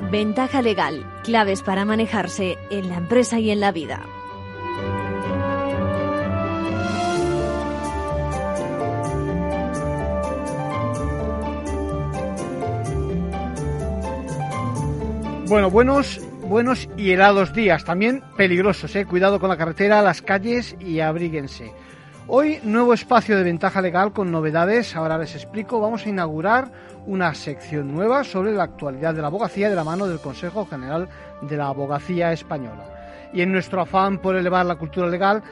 Ventaja legal, claves para manejarse en la empresa y en la vida. Bueno, buenos y helados días, también peligrosos, cuidado con la carretera, las calles y abríguense. Hoy, nuevo espacio de Ventaja Legal con novedades, ahora les explico. Vamos a inaugurar una sección nueva sobre la actualidad de la abogacía de la mano del Consejo General de la Abogacía Española. Y en nuestro afán por elevar la cultura legal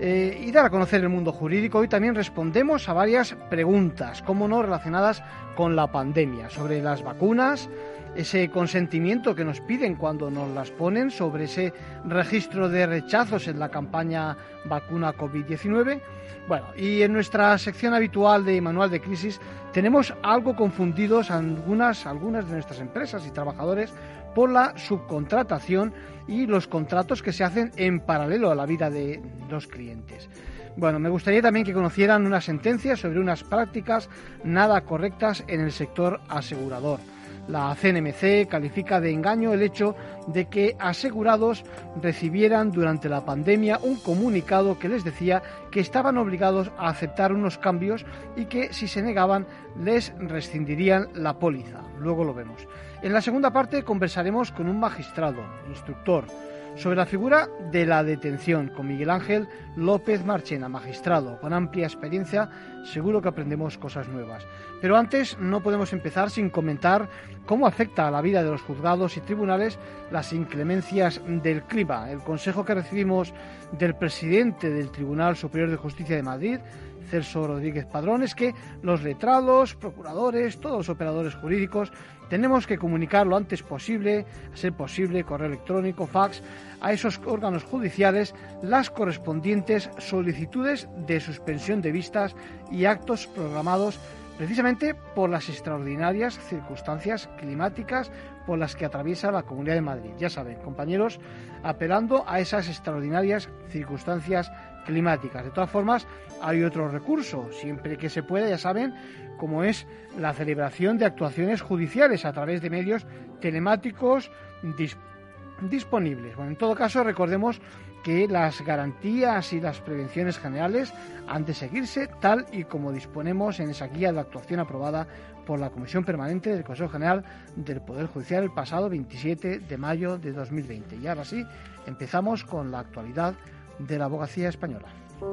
y dar a conocer el mundo jurídico, hoy también respondemos a varias preguntas, cómo no, relacionadas con la pandemia, sobre las vacunas, ese consentimiento que nos piden cuando nos las ponen, sobre ese registro de rechazos en la campaña vacuna COVID-19. Bueno, y en nuestra sección habitual de Manual de Crisis tenemos algo confundidos algunas de nuestras empresas y trabajadores por la subcontratación y los contratos que se hacen en paralelo a la vida de los clientes. Bueno, me gustaría también que conocieran una sentencia sobre unas prácticas nada correctas en el sector asegurador. La CNMC califica de engaño el hecho de que asegurados recibieran durante la pandemia un comunicado que les decía que estaban obligados a aceptar unos cambios y que si se negaban les rescindirían la póliza. Luego lo vemos. En la segunda parte conversaremos con un magistrado, instructor, sobre la figura de la detención con Miguel Ángel López Marchena, magistrado con amplia experiencia. Seguro que aprendemos cosas nuevas. Pero antes no podemos empezar sin comentar cómo afecta a la vida de los juzgados y tribunales las inclemencias del clima. El consejo que recibimos del presidente del Tribunal Superior de Justicia de Madrid, Celso Rodríguez Padrón, es que los letrados, procuradores, todos los operadores jurídicos tenemos que comunicar lo antes posible, a ser posible, correo electrónico, fax, a esos órganos judiciales las correspondientes solicitudes de suspensión de vistas y actos programados precisamente por las extraordinarias circunstancias climáticas por las que atraviesa la Comunidad de Madrid. Ya saben, compañeros, apelando a esas extraordinarias circunstancias climáticas. De todas formas, hay otro recurso, siempre que se pueda, ya saben, como es la celebración de actuaciones judiciales a través de medios telemáticos disponibles. Bueno, en todo caso, recordemos que las garantías y las prevenciones generales han de seguirse tal y como disponemos en esa guía de actuación aprobada por la Comisión Permanente del Consejo General del Poder Judicial el pasado 27 de mayo de 2020. Y ahora sí, empezamos con la actualidad de la abogacía española.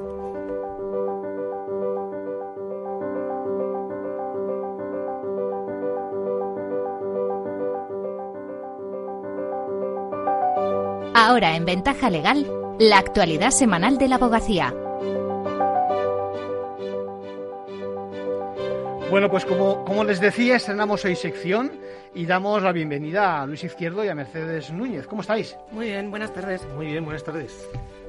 Ahora en Ventaja Legal, la actualidad semanal de la abogacía. Bueno, pues como les decía, estrenamos hoy sección y damos la bienvenida a Luis Izquierdo y a Mercedes Núñez. ¿Cómo estáis? Muy bien, buenas tardes. Muy bien, buenas tardes.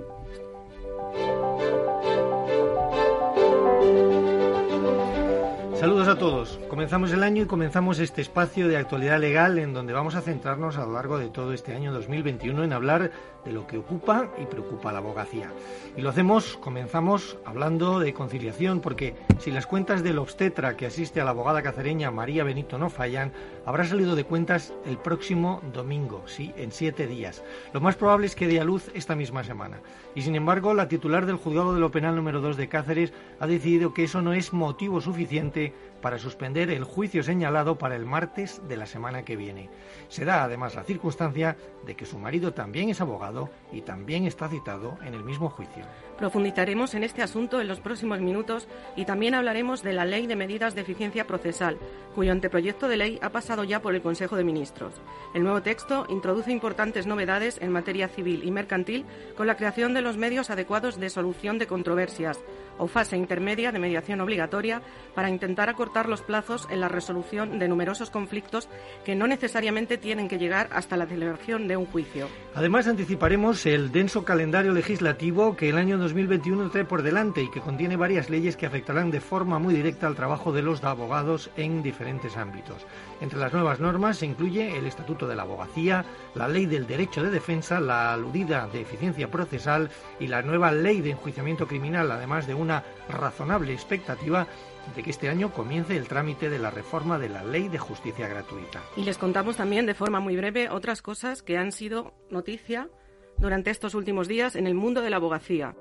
Saludos a todos. Comenzamos el año y comenzamos este espacio de actualidad legal en donde vamos a centrarnos a lo largo de todo este año 2021 en hablar de lo que ocupa y preocupa a la abogacía. Y lo comenzamos hablando de conciliación, porque si las cuentas del obstetra que asiste a la abogada cacereña María Benito no fallan, habrá salido de cuentas el próximo domingo, sí, en 7 días. Lo más probable es que dé a luz esta misma semana. Y sin embargo, la titular del Juzgado de lo Penal número 2 de Cáceres ha decidido que eso no es motivo suficiente para suspender el juicio señalado para el martes de la semana que viene. Se da además la circunstancia de que su marido también es abogado y también está citado en el mismo juicio. Profundizaremos en este asunto en los próximos minutos y también hablaremos de la Ley de Medidas de Eficiencia Procesal, cuyo anteproyecto de ley ha pasado ya por el Consejo de Ministros. El nuevo texto introduce importantes novedades en materia civil y mercantil con la creación de los medios adecuados de solución de controversias o fase intermedia de mediación obligatoria para intentar acortar los plazos en la resolución de numerosos conflictos que no necesariamente tienen que llegar hasta la celebración de un juicio. Además, anticiparemos el denso calendario legislativo que el año 2021 trae por delante y que contiene varias leyes que afectarán de forma muy directa al trabajo de los abogados en diferentes ámbitos. Entre las nuevas normas se incluye el Estatuto de la Abogacía, la Ley del Derecho de Defensa, la aludida de Eficiencia Procesal y la nueva Ley de Enjuiciamiento Criminal, además de una razonable expectativa de que este año comience el trámite de la reforma de la Ley de Justicia Gratuita. Y les contamos también de forma muy breve otras cosas que han sido noticia durante estos últimos días en el mundo de la abogacía.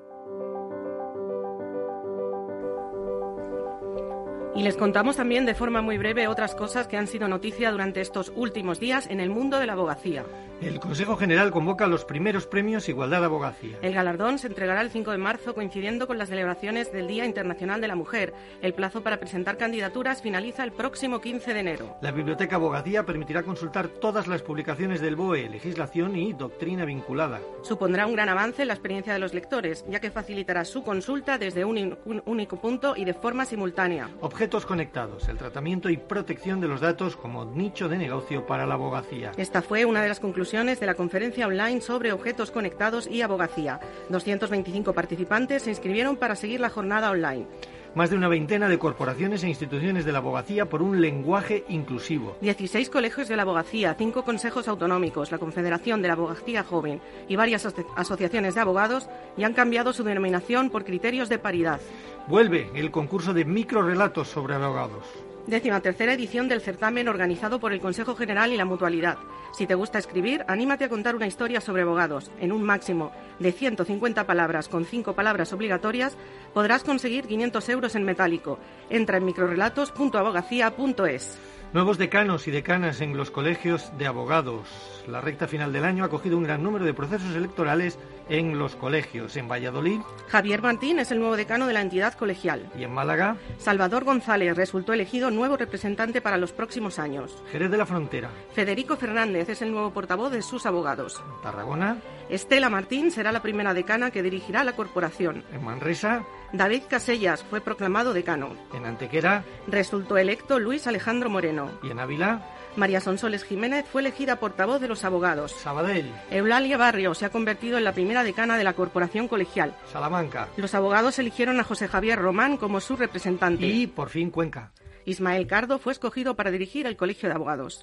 Y les contamos también de forma muy breve otras cosas que han sido noticia durante estos últimos días en el mundo de la abogacía. El Consejo General convoca los primeros premios Igualdad de Abogacía. El galardón se entregará el 5 de marzo, coincidiendo con las celebraciones del Día Internacional de la Mujer. El plazo para presentar candidaturas finaliza el próximo 15 de enero. La Biblioteca Abogacía permitirá consultar todas las publicaciones del BOE, legislación y doctrina vinculada. Supondrá un gran avance en la experiencia de los lectores, ya que facilitará su consulta desde un único punto y de forma simultánea. Objetos conectados, el tratamiento y protección de los datos como nicho de negocio para la abogacía. Esta fue una de las conclusiones de la conferencia online sobre objetos conectados y abogacía. 225 participantes se inscribieron para seguir la jornada online. Más de una veintena de corporaciones e instituciones de la abogacía por un lenguaje inclusivo. 16 colegios de la abogacía, 5 consejos autonómicos, la Confederación de la Abogacía Joven y varias asociaciones de abogados ya han cambiado su denominación por criterios de paridad. Vuelve el concurso de microrelatos sobre abogados. 13ª edición del certamen organizado por el Consejo General y la Mutualidad. Si te gusta escribir, anímate a contar una historia sobre abogados. En un máximo de 150 palabras con 5 palabras obligatorias podrás conseguir 500 euros en metálico. Entra en microrelatos.abogacía.es. Nuevos decanos y decanas en los colegios de abogados. La recta final del año ha acogido un gran número de procesos electorales en los colegios. En Valladolid, Javier Martín es el nuevo decano de la entidad colegial. Y en Málaga, Salvador González resultó elegido nuevo representante para los próximos años. Jerez de la Frontera. Federico Fernández es el nuevo portavoz de sus abogados. En Tarragona, Estela Martín será la primera decana que dirigirá la corporación. En Manresa, David Casellas fue proclamado decano. En Antequera Resultó electo Luis Alejandro Moreno. y en Ávila, María Sonsoles Jiménez fue elegida portavoz de los abogados. Sabadell, Eulalia Barrio se ha convertido en la primera decana de la corporación colegial. Salamanca Los abogados eligieron a José Javier Román como su representante. y, por fin, Cuenca. Ismael Cardo fue escogido para dirigir el Colegio de Abogados.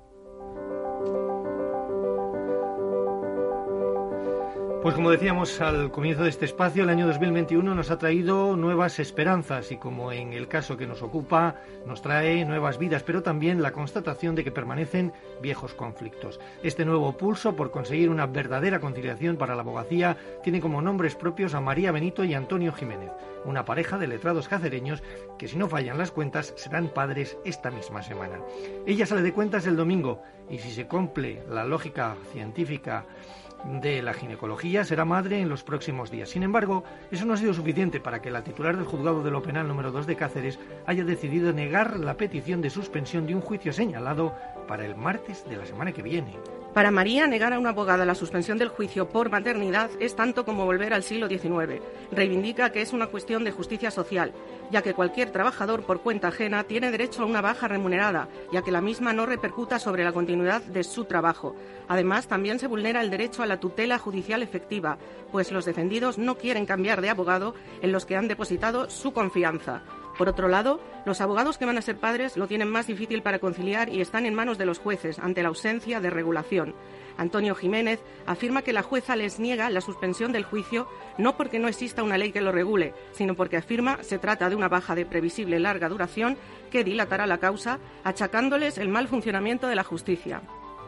Pues como decíamos al comienzo de este espacio, el año 2021 nos ha traído nuevas esperanzas y, como en el caso que nos ocupa, nos trae nuevas vidas, pero también la constatación de que permanecen viejos conflictos. Este nuevo pulso por conseguir una verdadera conciliación para la abogacía tiene como nombres propios a María Benito y Antonio Jiménez, una pareja de letrados cacereños que, si no fallan las cuentas, serán padres esta misma semana. Ella sale de cuentas el domingo y, si se cumple la lógica científica de la ginecología, será madre en los próximos días. Sin embargo, eso no ha sido suficiente para que la titular del Juzgado de lo Penal número 2 de Cáceres haya decidido negar la petición de suspensión de un juicio señalado para el martes de la semana que viene. Para María, negar a una abogada la suspensión del juicio por maternidad es tanto como volver al siglo XIX. Reivindica que es una cuestión de justicia social, ya que cualquier trabajador por cuenta ajena tiene derecho a una baja remunerada, ya que la misma no repercuta sobre la continuidad de su trabajo. Además, también se vulnera el derecho a la tutela judicial efectiva, pues los defendidos no quieren cambiar de abogado en los que han depositado su confianza. Por otro lado, los abogados que van a ser padres lo tienen más difícil para conciliar y están en manos de los jueces ante la ausencia de regulación. Antonio Jiménez afirma que la jueza les niega la suspensión del juicio no porque no exista una ley que lo regule, sino porque afirma se trata de una baja de previsible larga duración que dilatará la causa, achacándoles el mal funcionamiento de la justicia.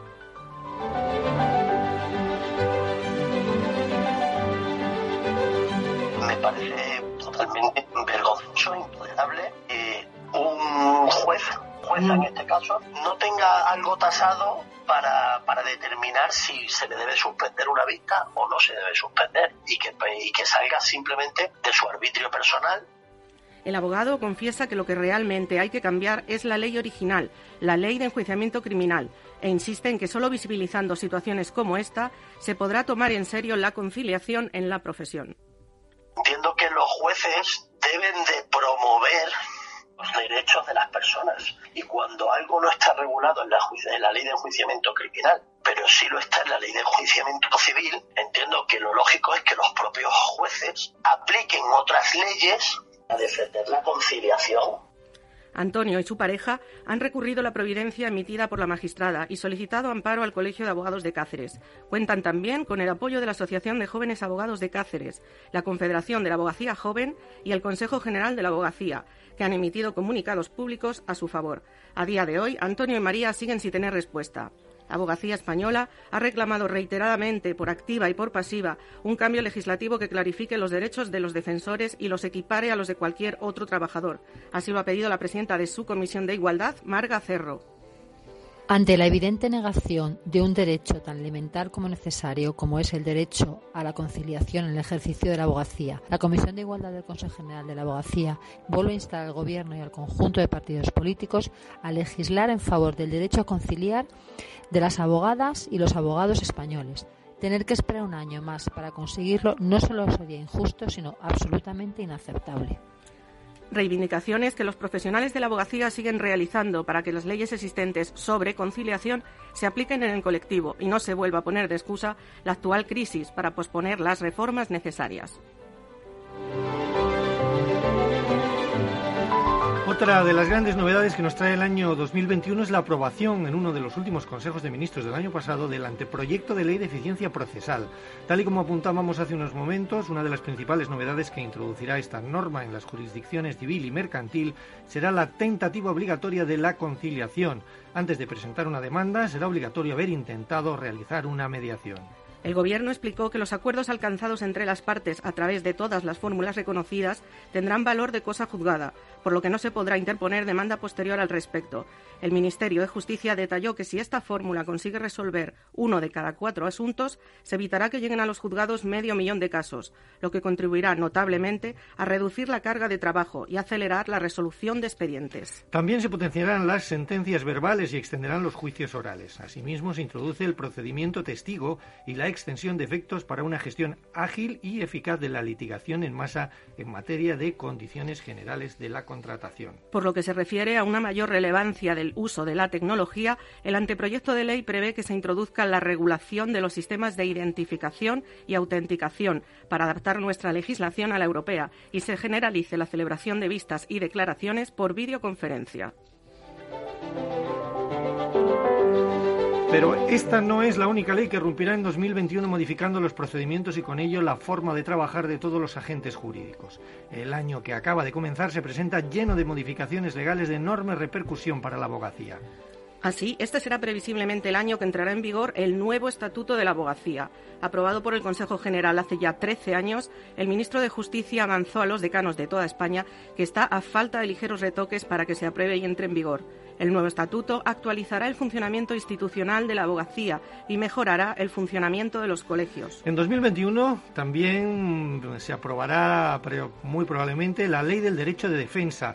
Me parece totalmente vergonzoso, intolerable que un jueza en este caso no tenga algo tasado para determinar si se le debe suspender una vista o no se debe suspender y que salga simplemente de su arbitrio personal. El abogado confiesa que lo que realmente hay que cambiar es la ley original, la ley de enjuiciamiento criminal, e insiste en que solo visibilizando situaciones como esta se podrá tomar en serio la conciliación en la profesión. Entiendo que los jueces deben de promover los derechos de las personas y cuando algo no está regulado en la ley de enjuiciamiento criminal, pero sí lo está en la ley de enjuiciamiento civil, entiendo que lo lógico es que los propios jueces apliquen otras leyes a defender la conciliación. Antonio y su pareja han recurrido la providencia emitida por la magistrada y solicitado amparo al Colegio de Abogados de Cáceres. Cuentan también con el apoyo de la Asociación de Jóvenes Abogados de Cáceres, la Confederación de la Abogacía Joven y el Consejo General de la Abogacía, que han emitido comunicados públicos a su favor. A día de hoy, Antonio y María siguen sin tener respuesta. La Abogacía Española ha reclamado reiteradamente, por activa y por pasiva, un cambio legislativo que clarifique los derechos de los defensores y los equipare a los de cualquier otro trabajador. Así lo ha pedido la presidenta de su Comisión de Igualdad, Marga Cerro. Ante la evidente negación de un derecho tan elemental como necesario como es el derecho a la conciliación en el ejercicio de la abogacía, la Comisión de Igualdad del Consejo General de la Abogacía vuelve a instar al Gobierno y al conjunto de partidos políticos a legislar en favor del derecho a conciliar de las abogadas y los abogados españoles. Tener que esperar un año más para conseguirlo no solo sería injusto, sino absolutamente inaceptable. Reivindicaciones que los profesionales de la abogacía siguen realizando para que las leyes existentes sobre conciliación se apliquen en el colectivo y no se vuelva a poner de excusa la actual crisis para posponer las reformas necesarias. Otra de las grandes novedades que nos trae el año 2021 es la aprobación en uno de los últimos consejos de ministros del año pasado del anteproyecto de ley de eficiencia procesal. Tal y como apuntábamos hace unos momentos, una de las principales novedades que introducirá esta norma en las jurisdicciones civil y mercantil será la tentativa obligatoria de la conciliación. Antes de presentar una demanda, será obligatorio haber intentado realizar una mediación. El Gobierno explicó que los acuerdos alcanzados entre las partes a través de todas las fórmulas reconocidas tendrán valor de cosa juzgada, por lo que no se podrá interponer demanda posterior al respecto. El Ministerio de Justicia detalló que si esta fórmula consigue resolver 1 de cada 4 asuntos, se evitará que lleguen a los juzgados 500.000 de casos, lo que contribuirá notablemente a reducir la carga de trabajo y acelerar la resolución de expedientes. También se potenciarán las sentencias verbales y extenderán los juicios orales. Asimismo, se introduce el procedimiento testigo y la extensión de efectos para una gestión ágil y eficaz de la litigación en masa en materia de condiciones generales de la contratación. Por lo que se refiere a una mayor relevancia del uso de la tecnología, el anteproyecto de ley prevé que se introduzca la regulación de los sistemas de identificación y autenticación para adaptar nuestra legislación a la europea y se generalice la celebración de vistas y declaraciones por videoconferencia. Pero esta no es la única ley que irrumpirá en 2021 modificando los procedimientos y con ello la forma de trabajar de todos los agentes jurídicos. El año que acaba de comenzar se presenta lleno de modificaciones legales de enorme repercusión para la abogacía. Así, este será previsiblemente el año que entrará en vigor el nuevo Estatuto de la Abogacía. Aprobado por el Consejo General hace ya 13 años, el ministro de Justicia avanzó a los decanos de toda España que está a falta de ligeros retoques para que se apruebe y entre en vigor. El nuevo estatuto actualizará el funcionamiento institucional de la abogacía y mejorará el funcionamiento de los colegios. En 2021 también se aprobará muy probablemente la Ley del Derecho de Defensa.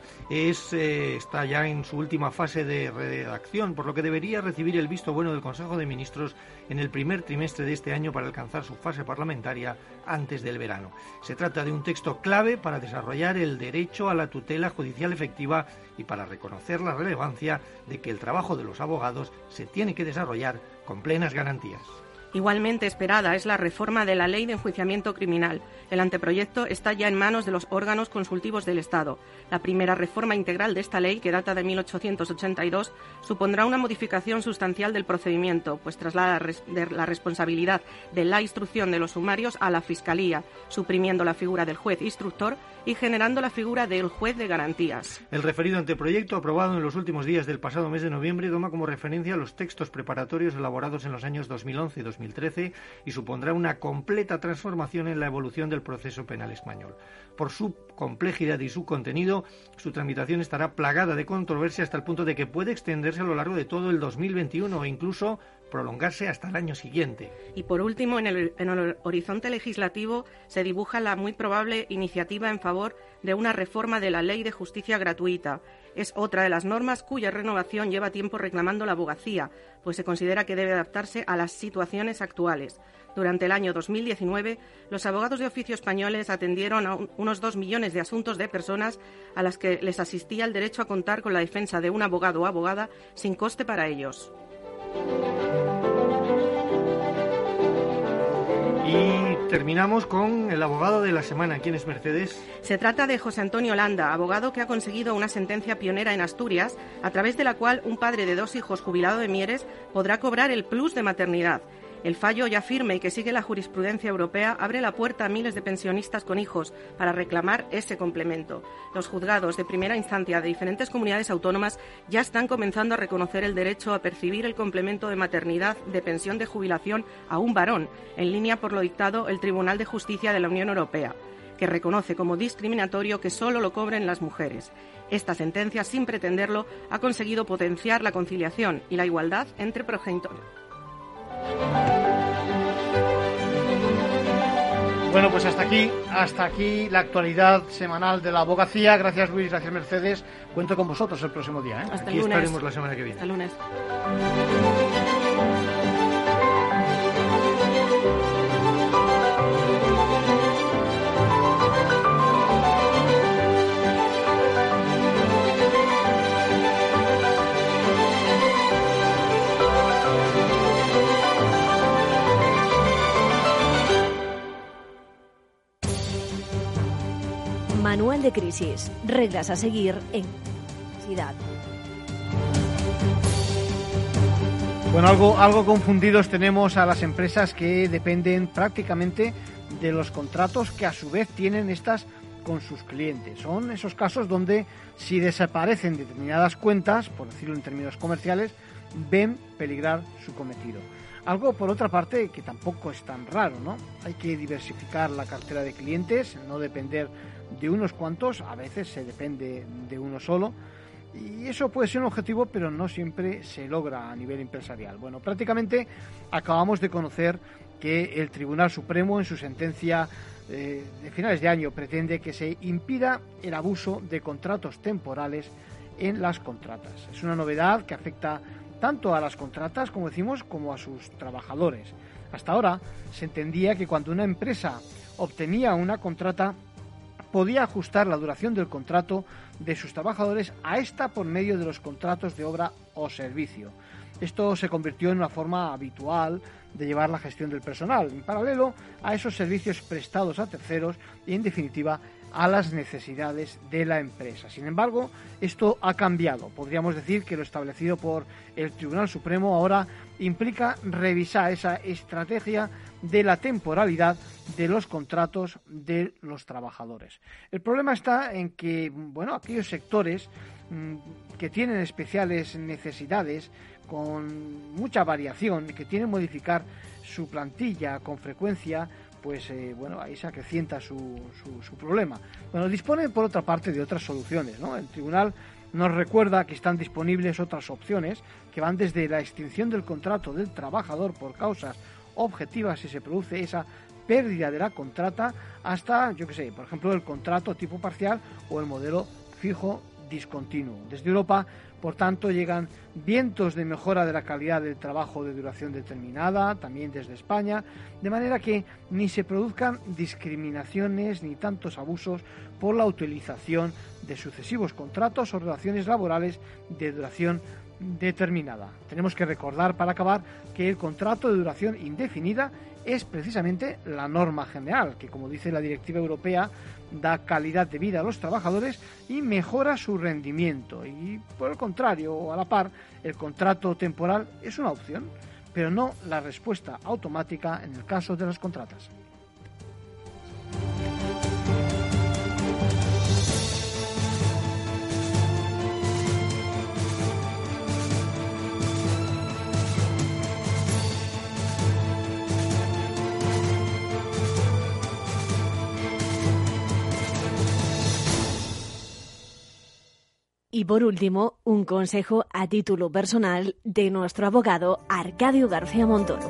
Está ya en su última fase de redacción, por lo que debería recibir el visto bueno del Consejo de Ministros en el primer trimestre de este año para alcanzar su fase parlamentaria antes del verano. Se trata de un texto clave para desarrollar el derecho a la tutela judicial efectiva y para reconocer la relevancia de que el trabajo de los abogados se tiene que desarrollar con plenas garantías. Igualmente esperada es la reforma de la Ley de Enjuiciamiento Criminal. El anteproyecto está ya en manos de los órganos consultivos del Estado. La primera reforma integral de esta ley, que data de 1882, supondrá una modificación sustancial del procedimiento, pues traslada la responsabilidad de la instrucción de los sumarios a la Fiscalía, suprimiendo la figura del juez instructor y generando la figura del juez de garantías. El referido anteproyecto, aprobado en los últimos días del pasado mes de noviembre, toma como referencia los textos preparatorios elaborados en los años 2011 y 2013 y supondrá una completa transformación en la evolución del proceso penal español. Por su complejidad y su contenido, su tramitación estará plagada de controversia hasta el punto de que puede extenderse a lo largo de todo el 2021 e incluso prolongarse hasta el año siguiente. Y por último, en el horizonte legislativo se dibuja la muy probable iniciativa en favor de una reforma de la Ley de Justicia Gratuita. Es otra de las normas cuya renovación lleva tiempo reclamando la abogacía, pues se considera que debe adaptarse a las situaciones actuales. Durante el año 2019, los abogados de oficio españoles atendieron a unos 2 millones de asuntos de personas a las que les asistía el derecho a contar con la defensa de un abogado o abogada sin coste para ellos. Y terminamos con el abogado de la semana. ¿Quién es, Mercedes? Se trata de José Antonio Landa, abogado que ha conseguido una sentencia pionera en Asturias, a través de la cual un padre de 2 hijos jubilado de Mieres podrá cobrar el plus de maternidad. El fallo, ya firme y que sigue la jurisprudencia europea, abre la puerta a miles de pensionistas con hijos para reclamar ese complemento. Los juzgados de primera instancia de diferentes comunidades autónomas ya están comenzando a reconocer el derecho a percibir el complemento de maternidad de pensión de jubilación a un varón, en línea por lo dictado el Tribunal de Justicia de la Unión Europea, que reconoce como discriminatorio que solo lo cobren las mujeres. Esta sentencia, sin pretenderlo, ha conseguido potenciar la conciliación y la igualdad entre progenitores. Bueno, pues hasta aquí la actualidad semanal de la abogacía. Gracias, Luis, gracias, Mercedes. Cuento con vosotros el próximo día. Hasta Aquí el lunes. estaremos la semana que viene. Hasta el lunes. Manual de crisis. Reglas a seguir en universidad. Bueno, algo confundidos tenemos a las empresas que dependen prácticamente de los contratos que a su vez tienen estas con sus clientes. Son esos casos donde si desaparecen determinadas cuentas, por decirlo en términos comerciales, ven peligrar su cometido. Algo, por otra parte, que tampoco es tan raro, ¿no? Hay que diversificar la cartera de clientes, no depender de unos cuantos, a veces se depende de uno solo, y eso puede ser un objetivo, pero no siempre se logra a nivel empresarial. Bueno, prácticamente acabamos de conocer que el Tribunal Supremo, en su sentencia de finales de año, pretende que se impida el abuso de contratos temporales en las contratas. Es una novedad que afecta tanto a las contratas, como decimos, como a sus trabajadores. Hasta ahora se entendía que cuando una empresa obtenía una contrata, podía ajustar la duración del contrato de sus trabajadores a esta por medio de los contratos de obra o servicio. Esto se convirtió en una forma habitual de llevar la gestión del personal, en paralelo a esos servicios prestados a terceros y, en definitiva, a las necesidades de la empresa. Sin embargo, esto ha cambiado. Podríamos decir que lo establecido por el Tribunal Supremo ahora implica revisar esa estrategia de la temporalidad de los contratos de los trabajadores. El problema está en que, bueno, aquellos sectores que tienen especiales necesidades, con mucha variación, que tienen que modificar su plantilla con frecuencia, pues ahí se acrecienta su problema. Bueno, dispone por otra parte de otras soluciones, ¿no? El tribunal nos recuerda que están disponibles otras opciones que van desde la extinción del contrato del trabajador por causas objetivas si se produce esa pérdida de la contrata, hasta, por ejemplo, el contrato tipo parcial o el modelo fijo discontinuo. Desde Europa, por tanto, llegan vientos de mejora de la calidad del trabajo de duración determinada, también desde España, de manera que ni se produzcan discriminaciones ni tantos abusos por la utilización de sucesivos contratos o relaciones laborales de duración determinada. Tenemos que recordar, para acabar, que el contrato de duración indefinida es precisamente la norma general, que, como dice la Directiva Europea, da calidad de vida a los trabajadores y mejora su rendimiento. Y, por el contrario, a la par, el contrato temporal es una opción, pero no la respuesta automática en el caso de las contratas. Y por último, un consejo a título personal de nuestro abogado Arcadio García Montoro.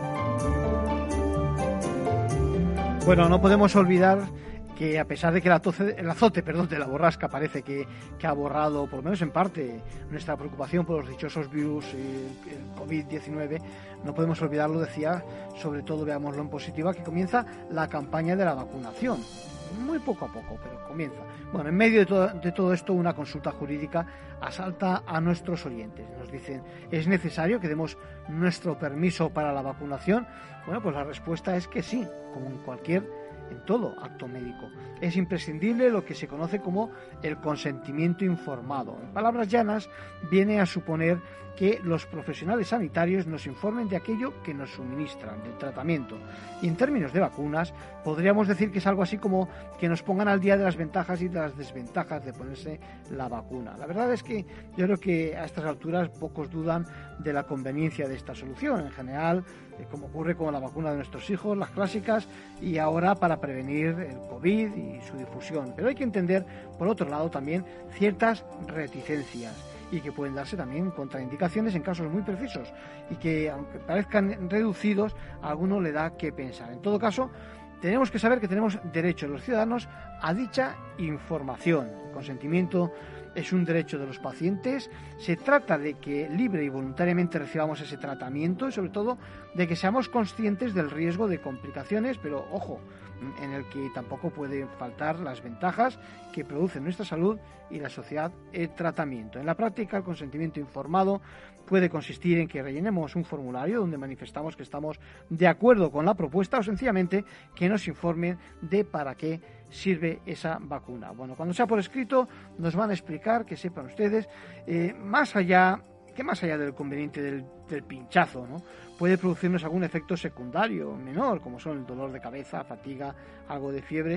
Bueno, no podemos olvidar que, a pesar de que el azote de la borrasca parece que ha borrado, por lo menos en parte, nuestra preocupación por los dichosos virus, el COVID-19, no podemos olvidarlo, decía, sobre todo veámoslo en positiva, que comienza la campaña de la vacunación. muy poco a poco, pero comienza. Bueno, en medio de todo esto, una consulta jurídica asalta a nuestros oyentes. Nos dicen, ¿es necesario que demos nuestro permiso para la vacunación? Bueno, pues la respuesta es que sí, como en todo acto médico. Es imprescindible lo que se conoce como el consentimiento informado. En palabras llanas, viene a suponer que los profesionales sanitarios nos informen de aquello que nos suministran, del tratamiento. Y en términos de vacunas, podríamos decir que es algo así como que nos pongan al día de las ventajas y de las desventajas de ponerse la vacuna. La verdad es que yo creo que a estas alturas pocos dudan de la conveniencia de esta solución. En general, como ocurre con la vacuna de nuestros hijos, las clásicas, y ahora para prevenir el COVID y su difusión. Pero hay que entender, por otro lado, también ciertas reticencias y que pueden darse también contraindicaciones en casos muy precisos y que, aunque parezcan reducidos, a alguno le da que pensar. En todo caso, tenemos que saber que tenemos derecho los ciudadanos a dicha información. El consentimiento es un derecho de los pacientes. Se trata de que libre y voluntariamente recibamos ese tratamiento y, sobre todo, de que seamos conscientes del riesgo de complicaciones, pero ojo, en el que tampoco pueden faltar las ventajas que produce nuestra salud y la sociedad el tratamiento. En la práctica, el consentimiento informado puede consistir en que rellenemos un formulario donde manifestamos que estamos de acuerdo con la propuesta o sencillamente que nos informen de para qué sirve esa vacuna. Bueno, cuando sea por escrito nos van a explicar, que sepan ustedes, más allá del conveniente del pinchazo, ¿no?, puede producirnos algún efecto secundario menor, como son el dolor de cabeza, fatiga, algo de fiebre,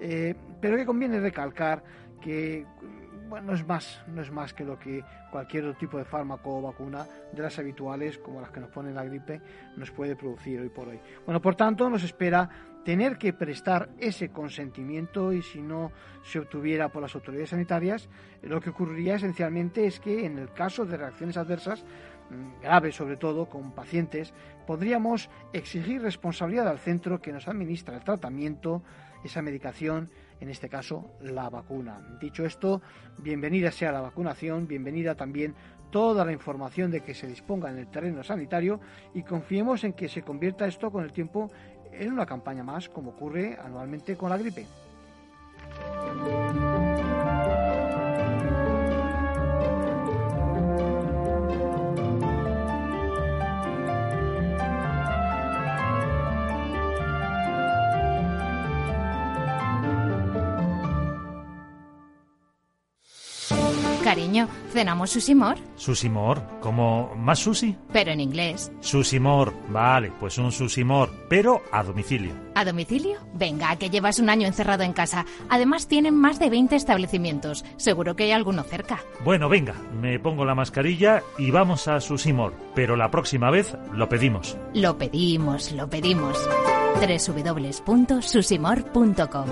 pero que conviene recalcar que no es más que lo que cualquier otro tipo de fármaco o vacuna de las habituales, como las que nos ponen la gripe, nos puede producir hoy por hoy. Bueno, por tanto, nos espera tener que prestar ese consentimiento, y si no se obtuviera por las autoridades sanitarias, lo que ocurriría esencialmente es que en el caso de reacciones adversas graves, sobre todo con pacientes, podríamos exigir responsabilidad al centro que nos administra el tratamiento, esa medicación, en este caso la vacuna. Dicho esto, bienvenida sea la vacunación, bienvenida también toda la información de que se disponga en el terreno sanitario, y confiemos en que se convierta esto con el tiempo en una campaña más, como ocurre anualmente con la gripe. Cariño, ¿cenamos sushimor? ¿Sushimor? ¿Como más sushi? Pero en inglés. Sushimor, vale, pues un sushimor, pero a domicilio. ¿A domicilio? Venga, que llevas un año encerrado en casa. Además tienen más de 20 establecimientos. Seguro que hay alguno cerca. Bueno, venga, me pongo la mascarilla y vamos a sushimor, pero la próxima vez lo pedimos. Lo pedimos. www.sushimor.com.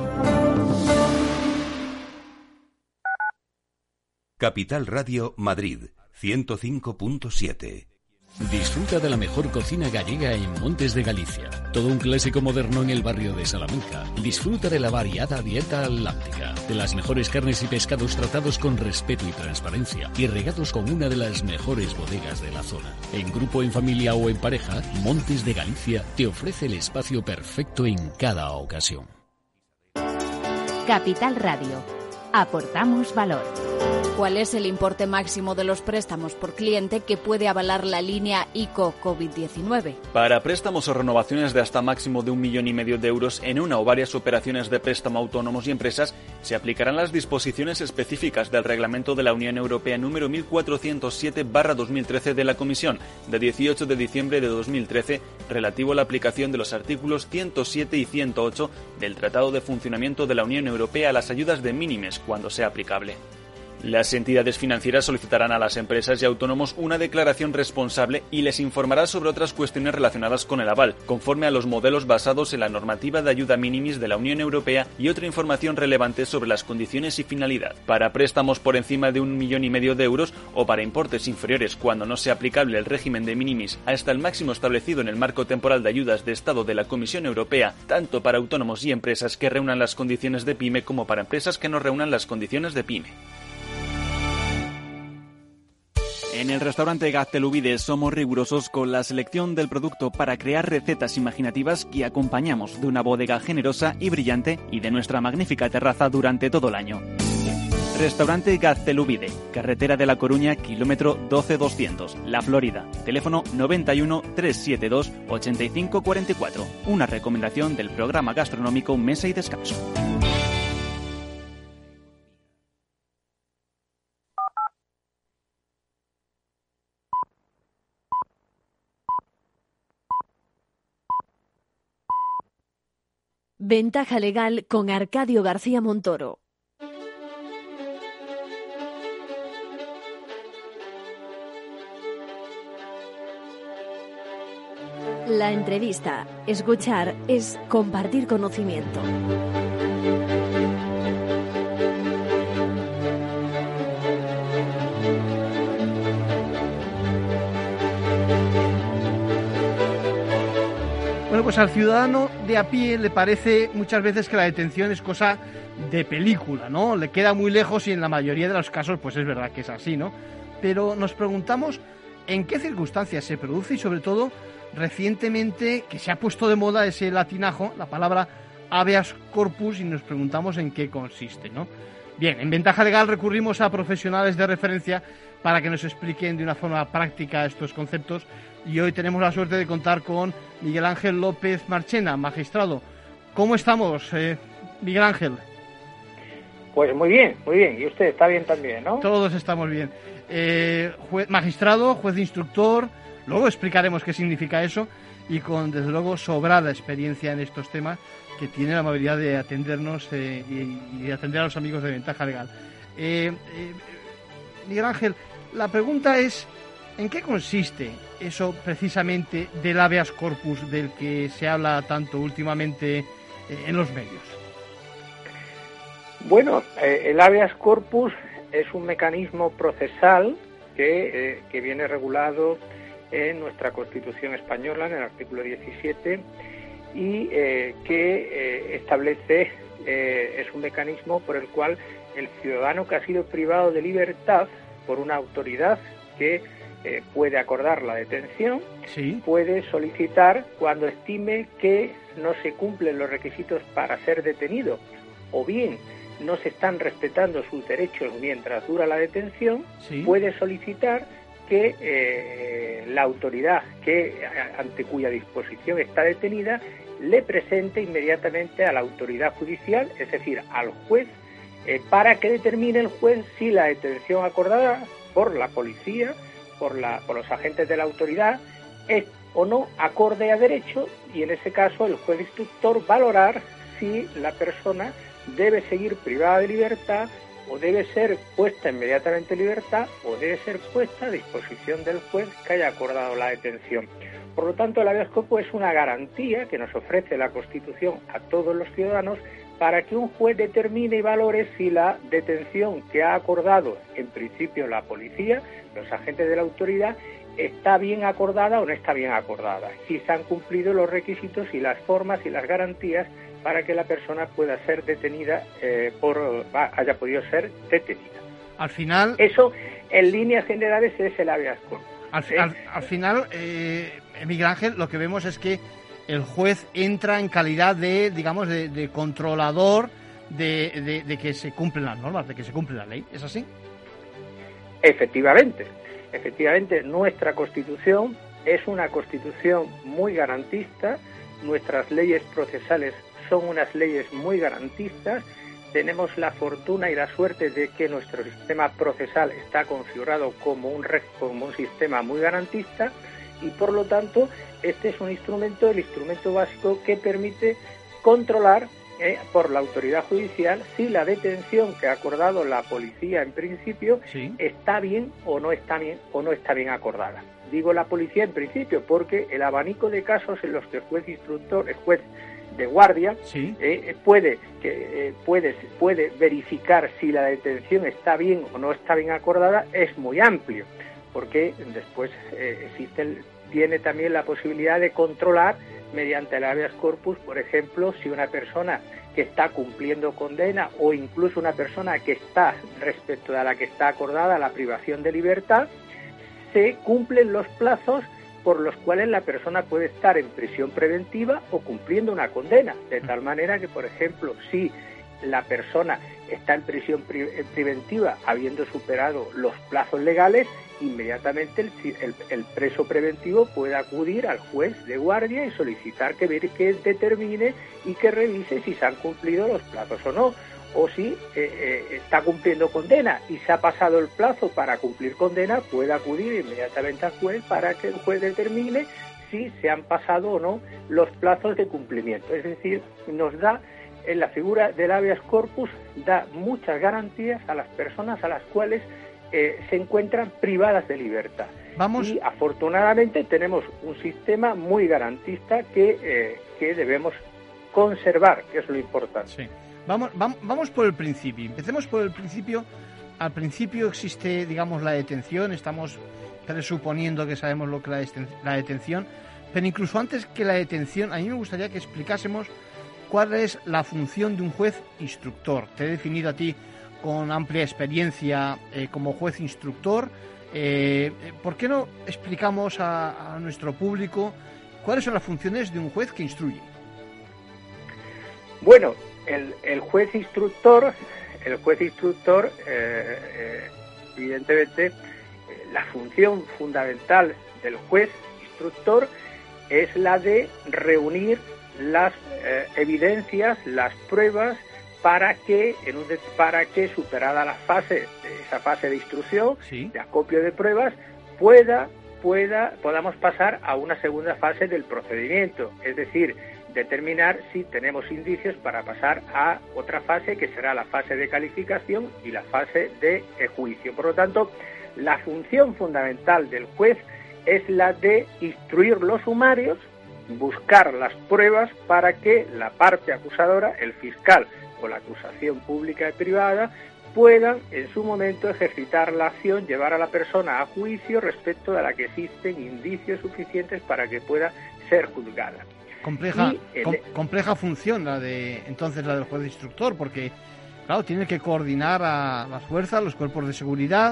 Capital Radio Madrid, 105.7. Disfruta de la mejor cocina gallega en Montes de Galicia. Todo un clásico moderno en el barrio de Salamanca. Disfruta de la variada dieta atlántica, de las mejores carnes y pescados tratados con respeto y transparencia y regados con una de las mejores bodegas de la zona. En grupo, en familia o en pareja, Montes de Galicia te ofrece el espacio perfecto en cada ocasión. Capital Radio. Aportamos valor. ¿Cuál es el importe máximo de los préstamos por cliente que puede avalar la línea ICO COVID-19? Para préstamos o renovaciones de hasta máximo de 1,5 millones de euros en una o varias operaciones de préstamo a autónomos y empresas, se aplicarán las disposiciones específicas del Reglamento de la Unión Europea número 1407/2013 de la Comisión, de 18 de diciembre de 2013, relativo a la aplicación de los artículos 107 y 108 del Tratado de Funcionamiento de la Unión Europea a las ayudas de minimis, cuando sea aplicable. Las entidades financieras solicitarán a las empresas y autónomos una declaración responsable y les informará sobre otras cuestiones relacionadas con el aval, conforme a los modelos basados en la normativa de ayuda minimis de la Unión Europea y otra información relevante sobre las condiciones y finalidad. Para préstamos por encima de 1,5 millones de euros o para importes inferiores cuando no sea aplicable el régimen de minimis hasta el máximo establecido en el marco temporal de ayudas de Estado de la Comisión Europea, tanto para autónomos y empresas que reúnan las condiciones de PYME como para empresas que no reúnan las condiciones de PYME. En el restaurante Gaztelubides somos rigurosos con la selección del producto para crear recetas imaginativas que acompañamos de una bodega generosa y brillante y de nuestra magnífica terraza durante todo el año. Restaurante Gaztelubide, carretera de La Coruña, kilómetro 12200, La Florida. Teléfono 91 372 8544. Una recomendación del programa gastronómico Mesa y Descanso. Ventaja legal con Arcadio García Montoro. La entrevista, escuchar, es compartir conocimiento. Bueno, pues al ciudadano de a pie le parece muchas veces que la detención es cosa de película, ¿no? Le queda muy lejos y en la mayoría de los casos pues es verdad que es así, ¿no? Pero nos preguntamos en qué circunstancias se produce y sobre todo recientemente que se ha puesto de moda ese latinajo, la palabra habeas corpus, y nos preguntamos en qué consiste, ¿no? Bien, en Ventaja Legal recurrimos a profesionales de referencia para que nos expliquen de una forma práctica estos conceptos, y hoy tenemos la suerte de contar con Miguel Ángel López Marchena, magistrado. ¿Cómo estamos, Miguel Ángel? Pues muy bien, y usted está bien también, ¿no? Todos estamos bien. Magistrado, juez instructor, luego explicaremos qué significa eso, y con, desde luego, sobrada experiencia en estos temas, que tiene la amabilidad de atendernos y de atender a los amigos de Ventaja Legal. Miguel Ángel, la pregunta es, ¿en qué consiste eso precisamente del habeas corpus del que se habla tanto últimamente en los medios? Bueno, el habeas corpus es un mecanismo procesal que viene regulado en nuestra Constitución española, en el artículo 17, y que establece, es un mecanismo por el cual el ciudadano que ha sido privado de libertad por una autoridad que puede acordar la detención, ¿sí?, puede solicitar cuando estime que no se cumplen los requisitos para ser detenido, o bien no se están respetando sus derechos mientras dura la detención, ¿sí?, puede solicitar que la autoridad ante cuya disposición está detenida le presente inmediatamente a la autoridad judicial, es decir, al juez, para que determine el juez si la detención acordada por la policía, por los agentes de la autoridad, es o no acorde a derecho, y en ese caso el juez instructor valorar si la persona debe seguir privada de libertad, o debe ser puesta inmediatamente en libertad, o debe ser puesta a disposición del juez que haya acordado la detención. Por lo tanto, el habeas corpus es una garantía que nos ofrece la Constitución a todos los ciudadanos para que un juez determine y valore si la detención que ha acordado, en principio la policía, los agentes de la autoridad, está bien acordada o no está bien acordada, si se han cumplido los requisitos y las formas y las garantías para que la persona pueda ser detenida, haya podido ser detenida. Al final... Eso, en líneas generales, es el habeas corpus. Al final, Miguel Ángel, lo que vemos es que el juez entra en calidad de, digamos, de controlador de que se cumplen las normas, de que se cumple la ley. ¿Es así? Efectivamente, nuestra Constitución es una Constitución muy garantista, nuestras leyes procesales son unas leyes muy garantistas, tenemos la fortuna y la suerte de que nuestro sistema procesal está configurado como un sistema muy garantista, y por lo tanto este es un instrumento, el instrumento básico que permite controlar por la autoridad judicial si la detención que ha acordado la policía en principio, ¿sí?, está bien o no está bien acordada. Digo la policía en principio porque el abanico de casos en los que el juez de guardia, ¿sí?, puede verificar si la detención está bien o no está bien acordada es muy amplio, porque después tiene también la posibilidad de controlar mediante el habeas corpus, por ejemplo, si una persona que está cumpliendo condena o incluso una persona que está respecto a la que está acordada la privación de libertad, se cumplen los plazos por los cuales la persona puede estar en prisión preventiva o cumpliendo una condena, de tal manera que, por ejemplo, si la persona está en prisión preventiva habiendo superado los plazos legales, inmediatamente el preso preventivo puede acudir al juez de guardia y solicitar que determine y que revise si se han cumplido los plazos o no, o si está cumpliendo condena y se ha pasado el plazo para cumplir condena, puede acudir inmediatamente al juez para que el juez determine si se han pasado o no los plazos de cumplimiento. Es decir, nos da, en la figura del habeas corpus, da muchas garantías a las personas a las cuales se encuentran privadas de libertad. Y afortunadamente tenemos un sistema muy garantista que debemos conservar, que es lo importante. Sí. Vamos por el principio. Empecemos por el principio. Al principio existe, digamos, la detención. Estamos presuponiendo que sabemos lo que es la detención. Pero incluso antes que la detención, a mí me gustaría que explicásemos cuál es la función de un juez instructor. Te he definido a ti con amplia experiencia como juez instructor. ¿Por qué no explicamos a nuestro público cuáles son las funciones de un juez que instruye? Bueno, el juez instructor, evidentemente, la función fundamental del juez instructor es la de reunir las evidencias, las pruebas, para que superada esa fase de instrucción, de acopio de pruebas, podamos pasar a una segunda fase del procedimiento, es decir, determinar si tenemos indicios para pasar a otra fase, que será la fase de calificación y la fase de juicio. Por lo tanto, la función fundamental del juez es la de instruir los sumarios, buscar las pruebas para que la parte acusadora, el fiscal o la acusación pública y privada, puedan en su momento ejercitar la acción, llevar a la persona a juicio respecto de la que existen indicios suficientes para que pueda ser juzgada. Compleja función la del juez instructor, porque claro, tiene que coordinar a las fuerzas, los cuerpos de seguridad.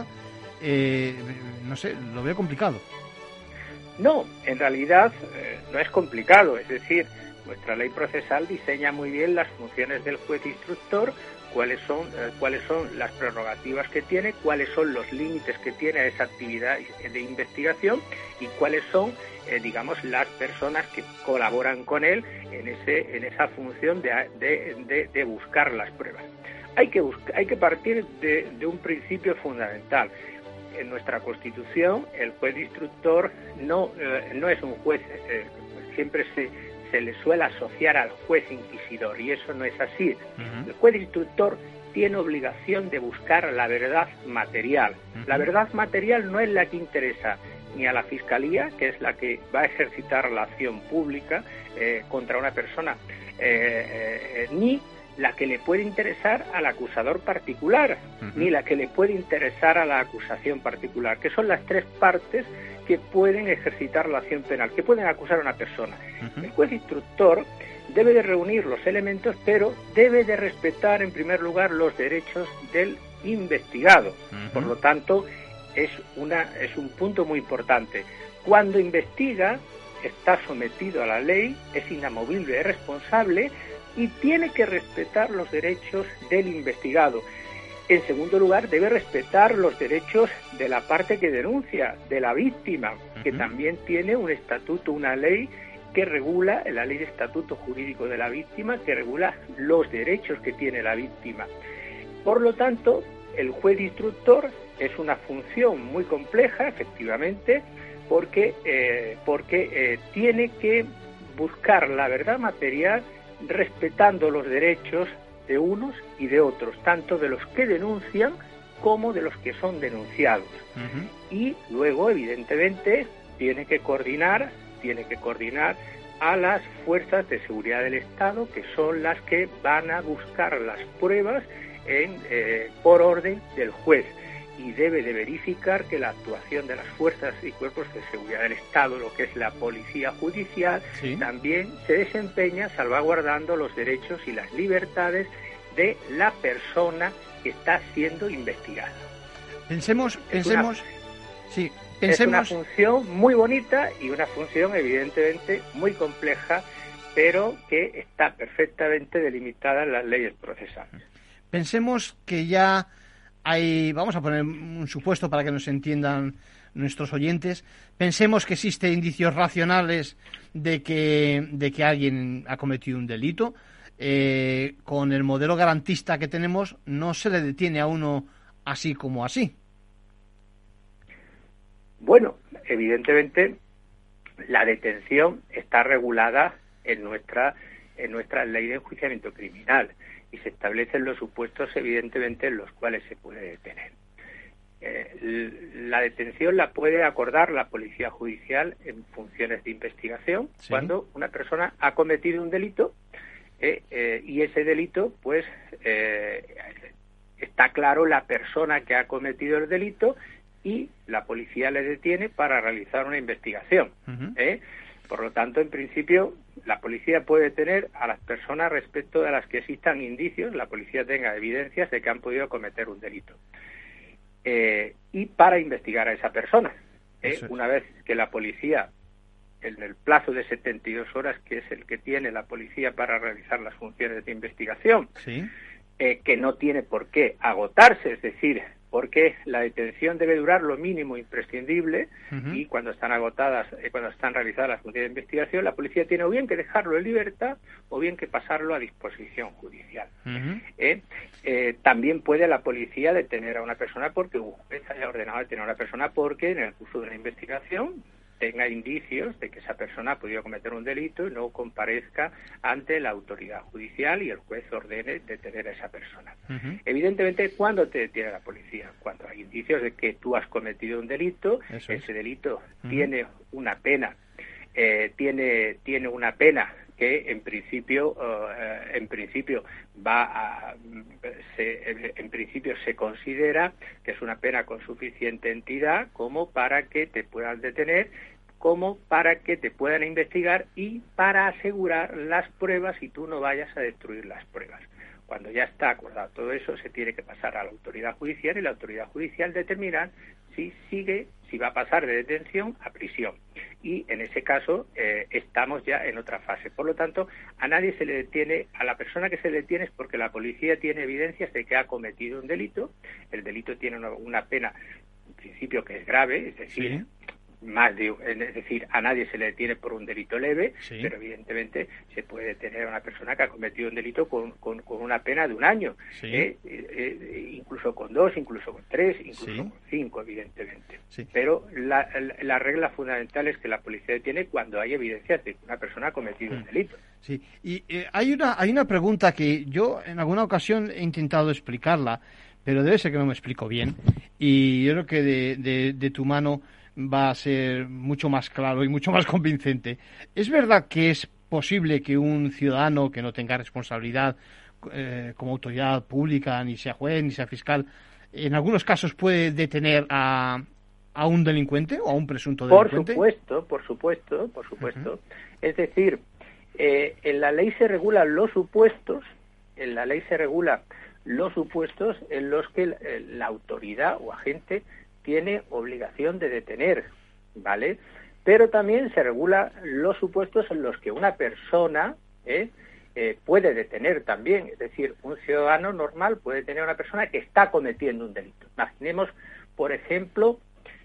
No sé, lo veo complicado. No, en realidad no es complicado, es decir, nuestra ley procesal diseña muy bien las funciones del juez instructor, cuáles son las prerrogativas que tiene, cuáles son los límites que tiene a esa actividad de investigación y cuáles son, las personas que colaboran con él en esa función de buscar las pruebas. Hay que partir de un principio fundamental. En nuestra Constitución, el juez instructor no es un juez, siempre se le suele asociar al juez inquisidor, y eso no es así. El juez instructor tiene obligación de buscar la verdad material. La verdad material no es la que interesa ni a la Fiscalía, que es la que va a ejercitar la acción pública contra una persona, ni la que le puede interesar al acusador particular, ni la que le puede interesar a la acusación particular, que son las tres partes que pueden ejercitar la acción penal, que pueden acusar a una persona. El juez instructor debe de reunir los elementos, pero debe de respetar en primer lugar los derechos del investigado. Por lo tanto, es un punto muy importante. Cuando investiga, está sometido a la ley, es inamovible, es responsable y tiene que respetar los derechos del investigado. En segundo lugar, debe respetar los derechos de la parte que denuncia, de la víctima, que también tiene un estatuto, una ley que regula, la ley de estatuto jurídico de la víctima, que regula los derechos que tiene la víctima. Por lo tanto, el juez instructor es una función muy compleja, efectivamente, porque tiene que buscar la verdad material respetando los derechos de unos y de otros, tanto de los que denuncian como de los que son denunciados. Y luego, evidentemente, tiene que coordinar a las fuerzas de seguridad del Estado, que son las que van a buscar las pruebas por orden del juez, y debe de verificar que la actuación de las fuerzas y cuerpos de seguridad del Estado, lo que es la policía judicial, también se desempeña salvaguardando los derechos y las libertades de la persona que está siendo investigada. Pensemos, Pensemos... Es una función muy bonita y una función evidentemente muy compleja, pero que está perfectamente delimitada en las leyes procesales. Pensemos que ya hay, vamos a poner un supuesto para que nos entiendan nuestros oyentes, pensemos que existen indicios racionales de que alguien ha cometido un delito. Con el modelo garantista que tenemos no se le detiene a uno así como así. Bueno, evidentemente la detención está regulada en nuestra ley de enjuiciamiento criminal y se establecen los supuestos evidentemente en los cuales se puede detener. La detención la puede acordar la Policía Judicial en funciones de investigación, ¿sí?, cuando una persona ha cometido un delito y ese delito, pues, está claro la persona que ha cometido el delito y la policía le detiene para realizar una investigación. Por lo tanto, en principio, la policía puede detener a las personas respecto de las que existan indicios, la policía tenga evidencias de que han podido cometer un delito. Y para investigar a esa persona. Una vez que la policía, en el plazo de 72 horas, que es el que tiene la policía para realizar las funciones de investigación, ¿sí?, que no tiene por qué agotarse, es decir, porque la detención debe durar lo mínimo imprescindible, y cuando están agotadas, cuando están realizadas las funciones de investigación, la policía tiene o bien que dejarlo en libertad o bien que pasarlo a disposición judicial. También puede la policía detener a una persona porque un juez haya ordenado detener a una persona porque en el curso de una investigación tenga indicios de que esa persona ha podido cometer un delito y no comparezca ante la autoridad judicial y el juez ordene detener a esa persona. Evidentemente, ¿cuándo te detiene la policía? Cuando hay indicios de que tú has cometido un delito, ese delito tiene una pena, tiene una pena que en principio se considera que es una pena con suficiente entidad como para que te puedan detener, como para que te puedan investigar y para asegurar las pruebas y tú no vayas a destruir las pruebas. Cuando ya está acordado todo eso, se tiene que pasar a la autoridad judicial y la autoridad judicial determinar si va a pasar de detención a prisión. Y en ese caso estamos ya en otra fase. Por lo tanto, a nadie se le detiene, a la persona que se le detiene es porque la policía tiene evidencias de que ha cometido un delito. El delito tiene una pena, en principio, que es grave, es decir, es decir, a nadie se le detiene por un delito leve, pero evidentemente se puede detener a una persona que ha cometido un delito con una pena de 1 año, incluso con 2, incluso con 3, incluso con 5, evidentemente. Pero la regla fundamental es que la policía detiene cuando hay evidencias de que una persona ha cometido un delito. Sí, y hay una pregunta que yo en alguna ocasión he intentado explicarla, pero debe ser que no me explico bien, y yo creo que de tu mano va a ser mucho más claro y mucho más convincente. ¿Es verdad que es posible que un ciudadano que no tenga responsabilidad como autoridad pública, ni sea juez, ni sea fiscal, en algunos casos puede detener a un delincuente o a un presunto delincuente? Por supuesto. Es decir, en la ley se regulan los supuestos, en los que la autoridad o agente tiene obligación de detener, ¿vale? Pero también se regula los supuestos en los que una persona puede detener también. Es decir, un ciudadano normal puede detener a una persona que está cometiendo un delito. Imaginemos, por ejemplo,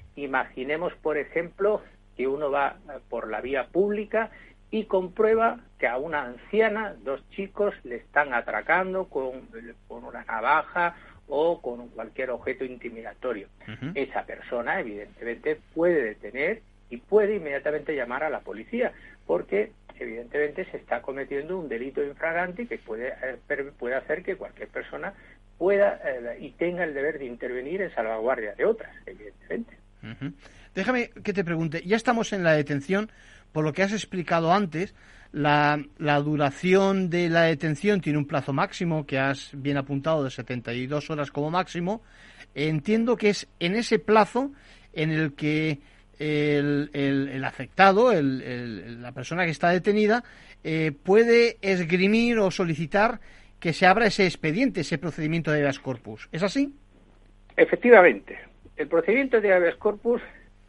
que uno va por la vía pública y comprueba que a una anciana 2 chicos le están atracando con una navaja o con cualquier objeto intimidatorio. Esa persona, evidentemente, puede detener y puede inmediatamente llamar a la policía, porque, evidentemente, se está cometiendo un delito infragante que puede hacer que cualquier persona pueda y tenga el deber de intervenir en salvaguardia de otras, evidentemente. Déjame que te pregunte, ya estamos en la detención, por lo que has explicado antes, la duración de la detención tiene un plazo máximo que has bien apuntado de 72 horas como máximo. Entiendo que es en ese plazo en el que el afectado, la persona que está detenida, puede esgrimir o solicitar que se abra ese expediente, ese procedimiento de habeas corpus. ¿Es así? Efectivamente. El procedimiento de habeas corpus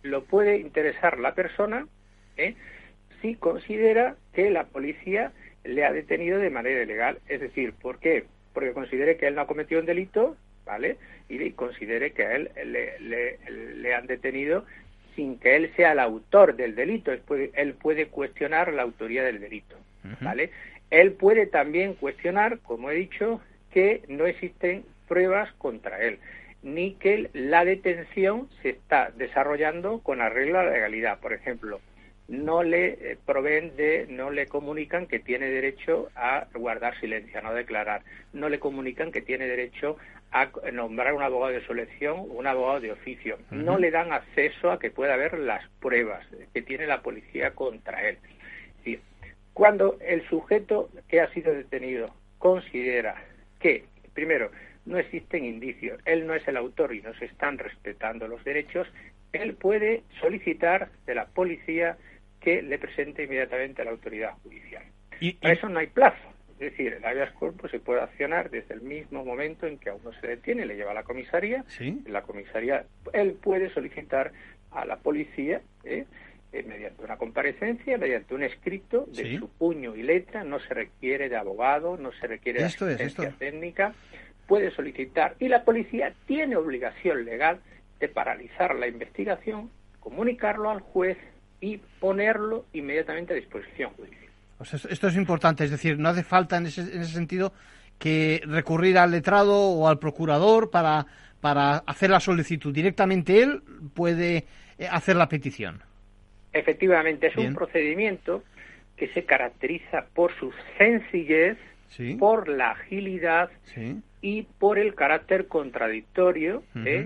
lo puede interesar la persona si considera que la policía le ha detenido de manera ilegal. Es decir, ¿por qué? Porque considere que él no ha cometido un delito, ¿vale? Y considere que a él le han detenido sin que él sea el autor del delito. Él puede cuestionar la autoría del delito, ¿vale? Él puede también cuestionar, como he dicho, que no existen pruebas contra él, ni que la detención se está desarrollando con arreglo a la legalidad. Por ejemplo, no le no le comunican que tiene derecho a guardar silencio, a no declarar. No le comunican que tiene derecho a nombrar un abogado de su elección o un abogado de oficio. No le dan acceso a que pueda ver las pruebas que tiene la policía contra él. Es decir, cuando el sujeto que ha sido detenido considera que, primero, no existen indicios, él no es el autor y no se están respetando los derechos, él puede solicitar de la policía que le presente inmediatamente a la autoridad judicial. Para eso no hay plazo. Es decir, el habeas corpus se puede accionar desde el mismo momento en que a uno se detiene, le lleva a la comisaría. ¿Sí? En la comisaría él puede solicitar a la policía mediante una comparecencia, mediante un escrito de su puño y letra. No se requiere de abogado, no se requiere de asistencia técnica. Puede solicitar, y la policía tiene obligación legal de paralizar la investigación, comunicarlo al juez y ponerlo inmediatamente a disposición judicial. O sea, esto es importante, es decir, no hace falta en ese sentido que recurrir al letrado o al procurador para hacer la solicitud. Directamente él puede hacer la petición. Efectivamente, es un procedimiento que se caracteriza por su sencillez, por la agilidad y por el carácter contradictorio.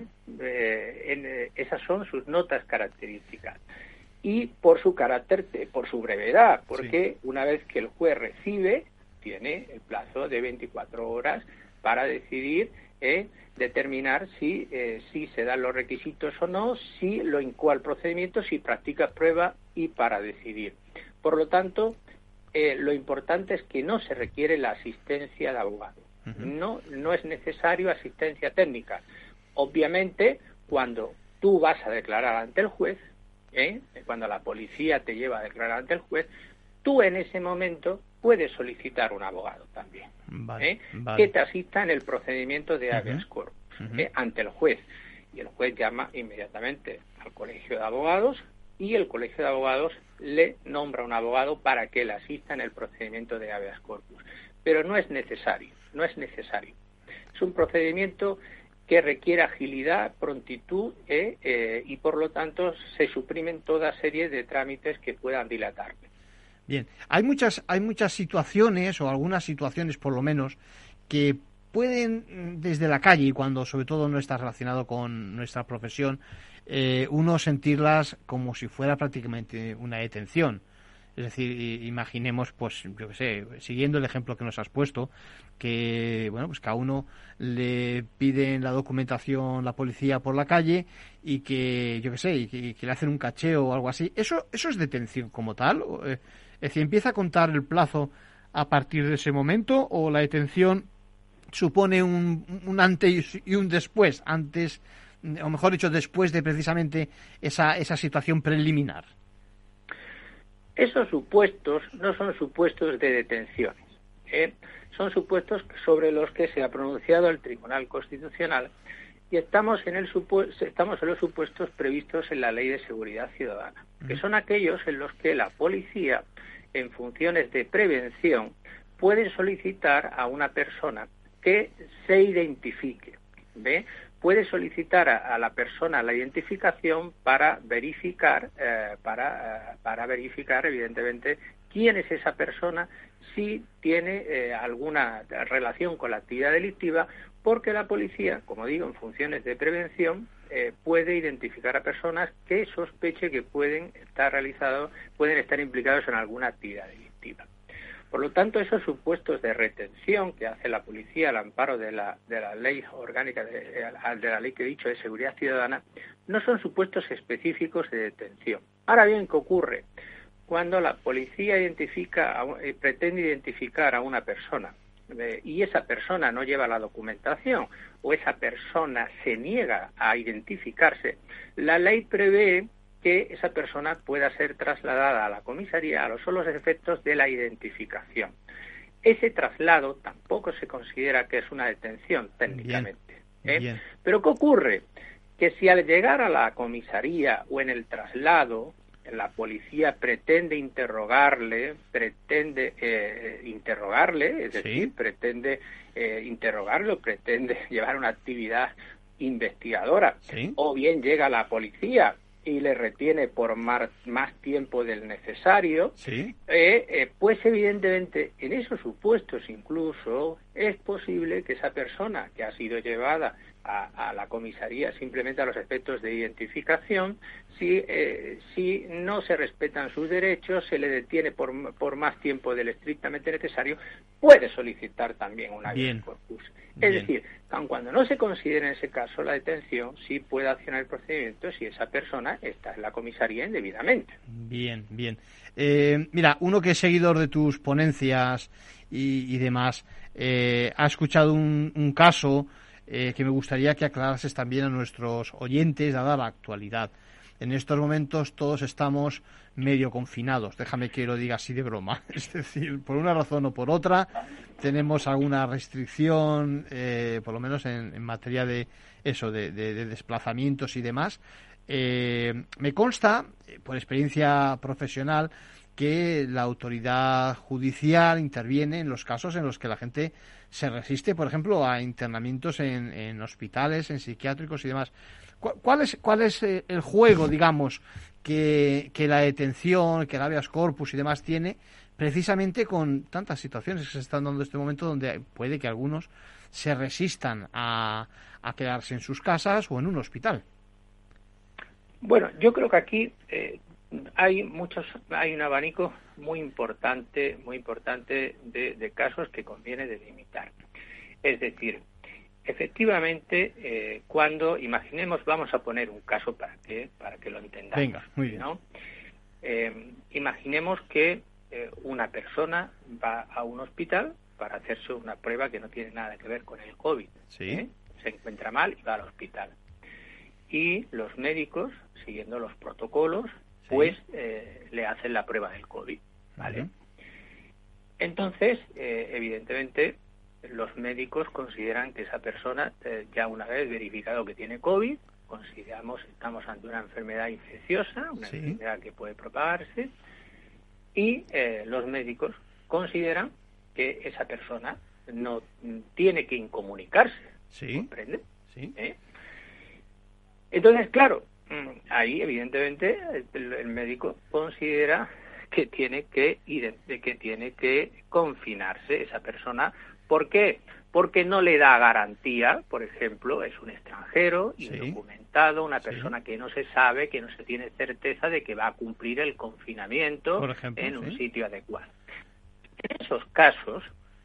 Esas son sus notas características. Y por su carácter, por su brevedad, porque una vez que el juez recibe, tiene el plazo de 24 horas para decidir, determinar si se dan los requisitos o no, si lo incoa el procedimiento, si practica prueba y para decidir. Por lo tanto, lo importante es que no se requiere la asistencia de abogado. No es necesario asistencia técnica. Obviamente, cuando tú vas a declarar ante el juez, cuando la policía te lleva a declarar ante el juez, tú en ese momento puedes solicitar un abogado también, que te asista en el procedimiento de habeas corpus ante el juez. Y el juez llama inmediatamente al colegio de abogados y el colegio de abogados le nombra un abogado para que le asista en el procedimiento de habeas corpus. Pero no es necesario. Es un procedimiento que requiere agilidad, prontitud y por lo tanto se suprimen toda serie de trámites que puedan dilatar. Bien, hay muchas situaciones, o algunas situaciones por lo menos, que pueden desde la calle, cuando sobre todo no está relacionado con nuestra profesión, uno sentirlas como si fuera prácticamente una detención. Es decir, imaginemos, pues, yo qué sé, siguiendo el ejemplo que nos has puesto, que, bueno, pues que a uno le piden la documentación la policía por la calle y que, yo qué sé, y que le hacen un cacheo o algo así. ¿Eso es detención como tal? Es decir, ¿empieza a contar el plazo a partir de ese momento o la detención supone un antes y un después, antes, o mejor dicho, después de precisamente esa situación preliminar? Esos supuestos no son supuestos de detenciones, son supuestos sobre los que se ha pronunciado el Tribunal Constitucional y estamos en los supuestos previstos en la Ley de Seguridad Ciudadana, que son aquellos en los que la policía, en funciones de prevención, puede solicitar a una persona que se identifique, puede solicitar a la persona la identificación para verificar, evidentemente, quién es esa persona, si tiene alguna relación con la actividad delictiva, porque la policía, como digo, en funciones de prevención, puede identificar a personas que sospeche que pueden estar implicados en alguna actividad delictiva. Por lo tanto, esos supuestos de retención que hace la policía al amparo de la ley orgánica, de la ley que he dicho de seguridad ciudadana, no son supuestos específicos de detención. Ahora bien, ¿qué ocurre? Cuando la policía pretende identificar a una persona y esa persona no lleva la documentación o esa persona se niega a identificarse, la ley prevé que esa persona pueda ser trasladada a la comisaría a los solos efectos de la identificación. Ese traslado tampoco se considera que es una detención técnicamente. Bien. Pero ¿qué ocurre? Que si al llegar a la comisaría o en el traslado la policía pretende interrogarle, es decir, pretende interrogarlo, pretende llevar una actividad investigadora, o bien llega la policía y le retiene por más tiempo del necesario, pues evidentemente en esos supuestos incluso es posible que esa persona que ha sido llevada a la comisaría simplemente a los efectos de identificación, si no se respetan sus derechos, se le detiene por más tiempo del estrictamente necesario, puede solicitar también un habeas corpus. Es decir, aun cuando no se considere en ese caso la detención, sí puede accionar el procedimiento si esa persona está en la comisaría indebidamente. Bien. Mira, uno que es seguidor de tus ponencias y demás, ha escuchado un caso que me gustaría que aclarases también a nuestros oyentes, dada la actualidad. En estos momentos todos estamos medio confinados, déjame que lo diga así de broma, es decir, por una razón o por otra tenemos alguna restricción, por lo menos en materia de desplazamientos y demás. Me consta, por experiencia profesional, que la autoridad judicial interviene en los casos en los que la gente se resiste, por ejemplo, a internamientos en hospitales, en psiquiátricos y demás. ¿Cuál es el juego, digamos, que la detención, que el habeas corpus y demás tiene, precisamente con tantas situaciones que se están dando en este momento, donde puede que algunos se resistan a quedarse en sus casas o en un hospital? Bueno, yo creo que aquí hay un abanico muy importante de casos que conviene delimitar. Es decir, efectivamente, cuando imaginemos, vamos a poner un caso para que lo entendamos. Venga, muy bien. ¿No? Imaginemos que una persona va a un hospital para hacerse una prueba que no tiene nada que ver con el COVID. Sí. Se encuentra mal y va al hospital. Y los médicos, siguiendo los protocolos, pues le hacen la prueba del COVID, ¿vale? Uh-huh. Entonces, evidentemente, los médicos consideran que esa persona, ya una vez verificado que tiene COVID, estamos ante una enfermedad infecciosa, una enfermedad que puede propagarse, y los médicos consideran que esa persona no tiene que incomunicarse, ¿comprende? Sí. Entonces, claro, ahí evidentemente el médico considera que tiene que confinarse esa persona. ¿Por qué? Porque no le da garantía, por ejemplo, es un extranjero, indocumentado, una persona que no se sabe, que no se tiene certeza de que va a cumplir el confinamiento, por ejemplo, en un sitio adecuado. En esos casos,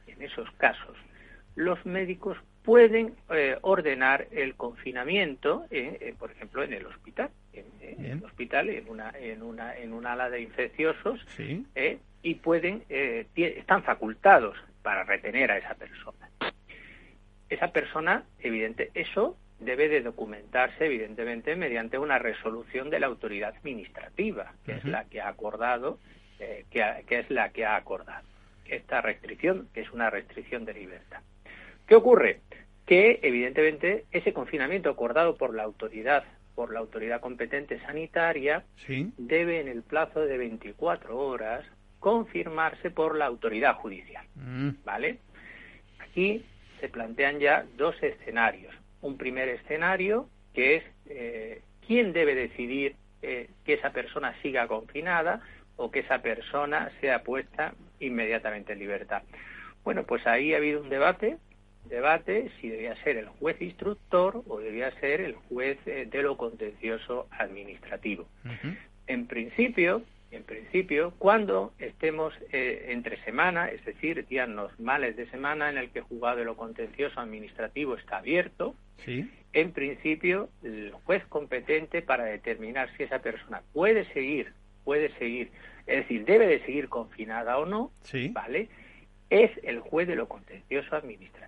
los médicos pueden ordenar el confinamiento, por ejemplo, en el hospital, en una ala de infecciosos, y están facultados para retener a esa persona. Esa persona, eso debe de documentarse, evidentemente, mediante una resolución de la autoridad administrativa, que es la que ha acordado, esta restricción, que es una restricción de libertad. ¿Qué ocurre? Que, evidentemente, ese confinamiento acordado por la autoridad competente sanitaria, debe, en el plazo de 24 horas, confirmarse por la autoridad judicial, ¿vale? Aquí se plantean ya dos escenarios. Un primer escenario, que es quién debe decidir que esa persona siga confinada o que esa persona sea puesta inmediatamente en libertad. Bueno, pues ahí ha habido un debate si debía ser el juez instructor o debía ser el juez de lo contencioso administrativo. En principio, cuando estemos entre semana, es decir, días normales de semana en el que el juzgado de lo contencioso administrativo está abierto, en principio el juez competente para determinar si esa persona puede seguir, es decir, debe de seguir confinada o no, ¿vale?, es el juez de lo contencioso administrativo.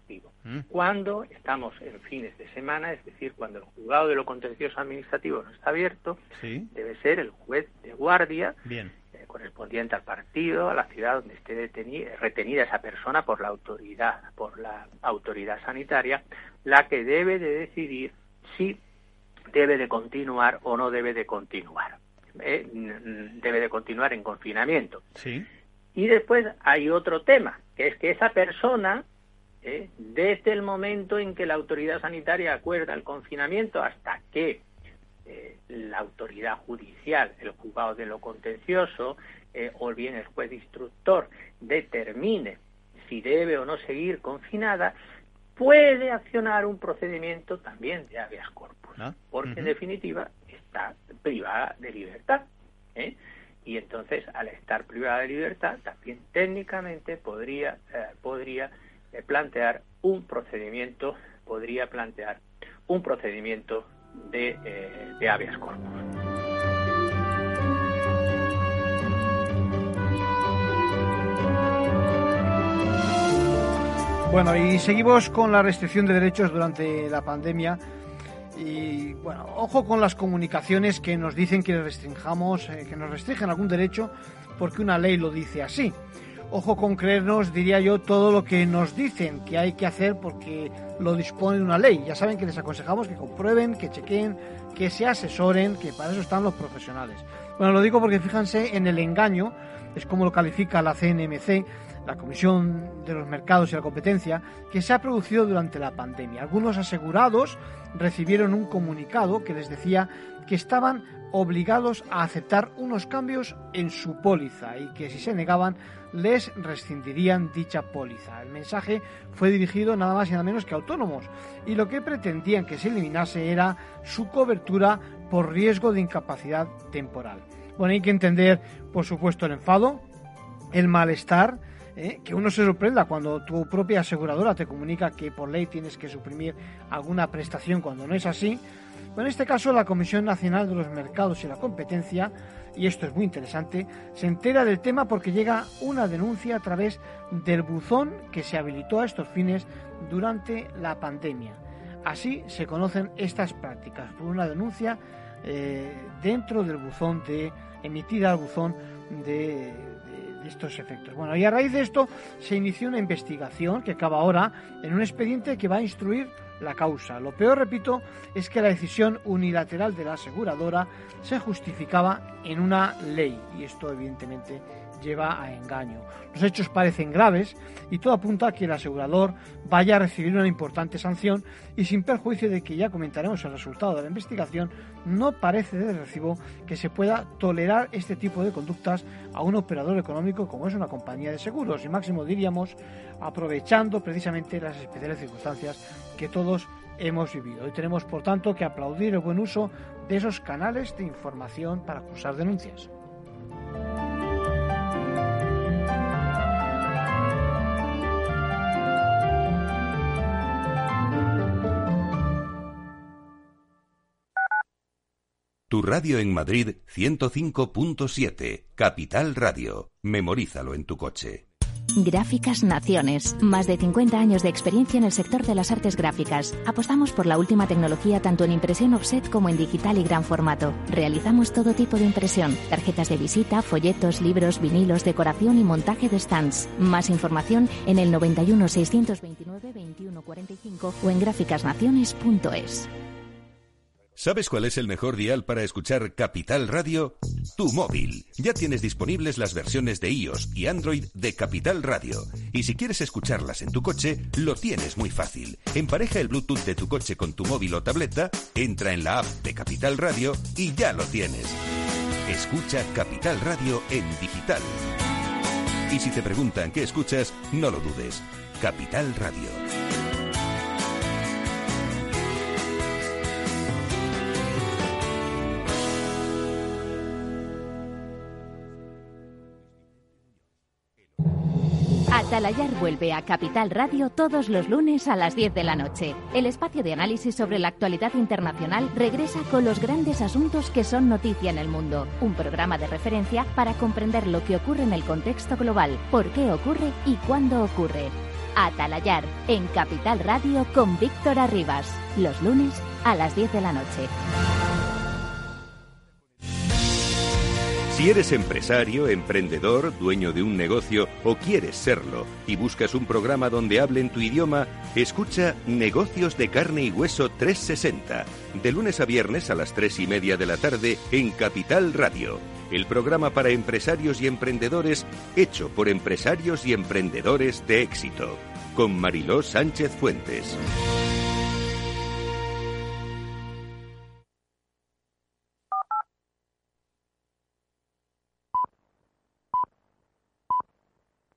Cuando estamos en fines de semana, es decir, cuando el juzgado de lo contencioso administrativo no está abierto, debe ser el juez de guardia, correspondiente al partido, a la ciudad donde esté retenida esa persona por la autoridad sanitaria, la que debe de decidir si debe de continuar o no debe de continuar. Debe de continuar en confinamiento. Y después hay otro tema, que es que esa persona, desde el momento en que la autoridad sanitaria acuerda el confinamiento hasta que la autoridad judicial, el juzgado de lo contencioso, o bien el juez instructor determine si debe o no seguir confinada, puede accionar un procedimiento también de habeas corpus, porque en definitiva está privada de libertad, y entonces al estar privada de libertad también técnicamente podría plantear un procedimiento de habeas corpus. Bueno, y seguimos con la restricción de derechos durante la pandemia. Y bueno, ojo con las comunicaciones que nos dicen que restringamos, que nos restringen algún derecho porque una ley lo dice así. Ojo con creernos, diría yo, todo lo que nos dicen que hay que hacer porque lo dispone una ley. Ya saben que les aconsejamos que comprueben, que chequeen, que se asesoren, que para eso están los profesionales. Bueno, lo digo porque fíjense en el engaño, es como lo califica la CNMC, la Comisión de los Mercados y la Competencia, que se ha producido durante la pandemia. Algunos asegurados recibieron un comunicado que les decía que estaban obligados a aceptar unos cambios en su póliza y que si se negaban les rescindirían dicha póliza. El mensaje fue dirigido nada más y nada menos que a autónomos y lo que pretendían que se eliminase era su cobertura por riesgo de incapacidad temporal. Bueno, hay que entender, por supuesto, el enfado, el malestar, que uno se sorprenda cuando tu propia aseguradora te comunica que por ley tienes que suprimir alguna prestación cuando no es así. Bueno, en este caso la Comisión Nacional de los Mercados y la Competencia, y esto es muy interesante, se entera del tema porque llega una denuncia a través del buzón que se habilitó a estos fines durante la pandemia. Así se conocen estas prácticas, por una denuncia dentro del buzón emitida al buzón de estos efectos. Bueno, y a raíz de esto se inició una investigación que acaba ahora en un expediente que va a instruir la causa. Lo peor, repito, es que la decisión unilateral de la aseguradora se justificaba en una ley y esto evidentemente lleva a engaño. Los hechos parecen graves y todo apunta a que el asegurador vaya a recibir una importante sanción y sin perjuicio de que ya comentaremos el resultado de la investigación, no parece de recibo que se pueda tolerar este tipo de conductas a un operador económico como es una compañía de seguros y máximo diríamos aprovechando precisamente las especiales circunstancias que todos hemos vivido. Hoy tenemos por tanto que aplaudir el buen uso de esos canales de información para cursar denuncias. Tu radio en Madrid 105.7, Capital Radio. Memorízalo en tu coche. Gráficas Naciones. Más de 50 años de experiencia en el sector de las artes gráficas. Apostamos por la última tecnología tanto en impresión offset como en digital y gran formato. Realizamos todo tipo de impresión. Tarjetas de visita, folletos, libros, vinilos, decoración y montaje de stands. Más información en el 91 629 2145 o en gráficasnaciones.es. ¿Sabes cuál es el mejor dial para escuchar Capital Radio? Tu móvil. Ya tienes disponibles las versiones de iOS y Android de Capital Radio. Y si quieres escucharlas en tu coche, lo tienes muy fácil. Empareja el Bluetooth de tu coche con tu móvil o tableta, entra en la app de Capital Radio y ya lo tienes. Escucha Capital Radio en digital. Y si te preguntan qué escuchas, no lo dudes. Capital Radio. Atalayar vuelve a Capital Radio todos los lunes a las 10 de la noche. El espacio de análisis sobre la actualidad internacional regresa con los grandes asuntos que son noticia en el mundo. Un programa de referencia para comprender lo que ocurre en el contexto global, por qué ocurre y cuándo ocurre. Atalayar, en Capital Radio con Víctor Arribas. Los lunes a las 10 de la noche. Si eres empresario, emprendedor, dueño de un negocio o quieres serlo y buscas un programa donde hablen tu idioma, escucha Negocios de Carne y Hueso 360, de lunes a viernes a las 3:30 de la tarde en Capital Radio. El programa para empresarios y emprendedores hecho por empresarios y emprendedores de éxito, con Mariló Sánchez Fuentes.